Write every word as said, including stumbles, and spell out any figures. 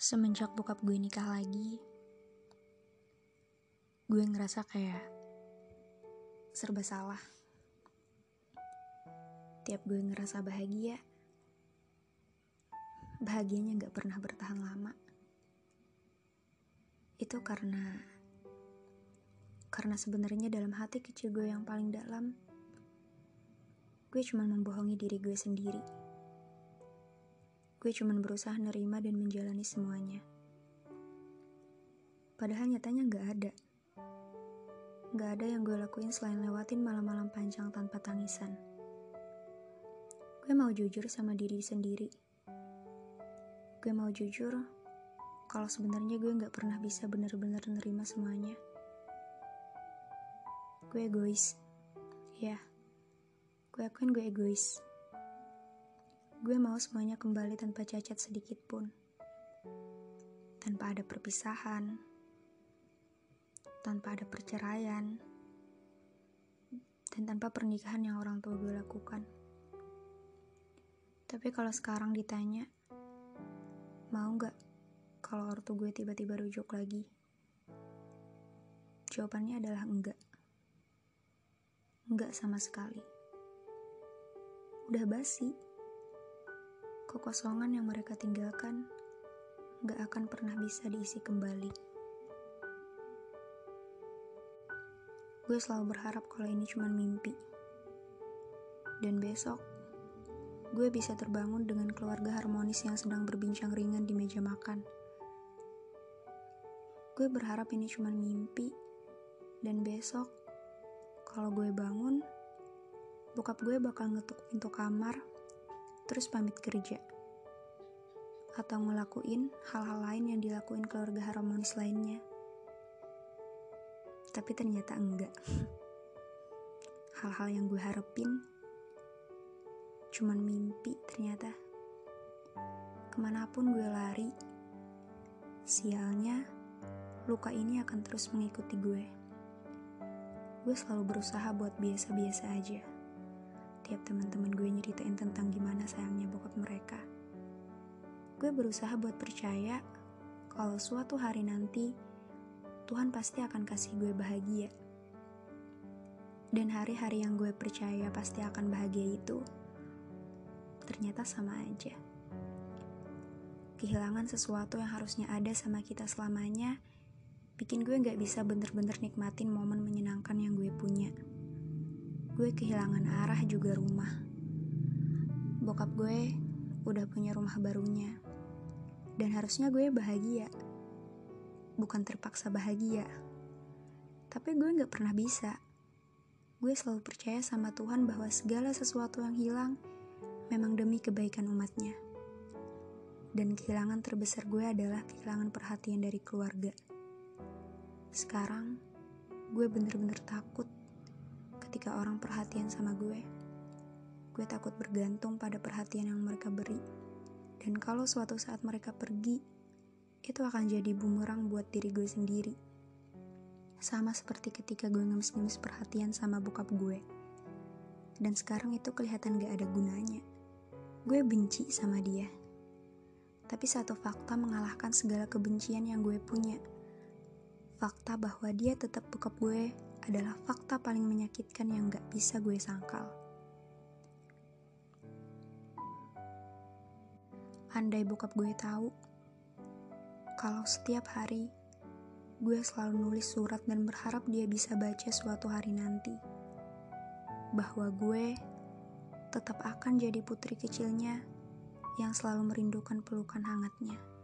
Semenjak bokap gue nikah lagi, gue ngerasa kayak serba salah. Tiap gue ngerasa bahagia, bahagianya gak pernah bertahan lama. Itu karena Karena sebenarnya dalam hati kecil gue yang paling dalam, gue cuma membohongi diri gue sendiri. Gue cuma berusaha nerima dan menjalani semuanya. Padahal nyatanya gak ada. Gak ada yang gue lakuin selain lewatin malam-malam panjang tanpa tangisan. Gue mau jujur sama diri sendiri. Gue mau jujur kalau sebenarnya gue gak pernah bisa benar-benar nerima semuanya. Gue egois. Ya, gue akuin gue egois. Gue mau semuanya kembali tanpa cacat sedikit pun. Tanpa ada perpisahan. Tanpa ada perceraian. Dan tanpa pernikahan yang orang tua gue lakukan. Tapi kalau sekarang ditanya, mau gak kalau ortu gue tiba-tiba rujuk lagi? Jawabannya adalah enggak. Enggak sama sekali. Udah basi. Kekosongan yang mereka tinggalkan gak akan pernah bisa diisi kembali. Gue selalu berharap kalau ini cuma mimpi. Dan besok, gue bisa terbangun dengan keluarga harmonis yang sedang berbincang ringan di meja makan. Gue berharap ini cuma mimpi. Dan besok, kalau gue bangun, bokap gue bakal ngetuk pintu kamar, terus pamit kerja. Atau ngelakuin hal-hal lain yang dilakuin keluarga harmonis lainnya. Tapi ternyata enggak. Hal-hal yang gue harapin cuman mimpi ternyata. Kemanapun gue lari, sialnya luka ini akan terus mengikuti gue. Gue selalu berusaha buat biasa-biasa aja. Tiap teman-teman gue nyeritain tentang gimana sayangnya bokap mereka. Gue berusaha buat percaya kalau suatu hari nanti Tuhan pasti akan kasih gue bahagia. Dan hari-hari yang gue percaya pasti akan bahagia itu ternyata sama aja. Kehilangan sesuatu yang harusnya ada sama kita selamanya bikin gue gak bisa bener-bener nikmatin momen menyenangkan yang gue punya. Gue kehilangan arah juga rumah. Bokap gue udah punya rumah barunya. Dan harusnya gue bahagia. Bukan terpaksa bahagia. Tapi gue gak pernah bisa. Gue selalu percaya sama Tuhan bahwa segala sesuatu yang hilang memang demi kebaikan umatnya. Dan kehilangan terbesar gue adalah kehilangan perhatian dari keluarga. Sekarang, gue bener-bener takut ketika orang perhatian sama gue. Gue takut bergantung pada perhatian yang mereka beri. Dan kalau suatu saat mereka pergi, itu akan jadi bumerang buat diri gue sendiri. Sama seperti ketika gue ngemis-ngemis perhatian sama bokap gue. Dan sekarang itu kelihatan gak ada gunanya. Gue benci sama dia. Tapi satu fakta mengalahkan segala kebencian yang gue punya. Fakta bahwa dia tetap bokap gue adalah fakta paling menyakitkan yang gak bisa gue sangkal. Andai bokap gue tahu kalau setiap hari gue selalu nulis surat dan berharap dia bisa baca suatu hari nanti bahwa gue tetap akan jadi putri kecilnya yang selalu merindukan pelukan hangatnya.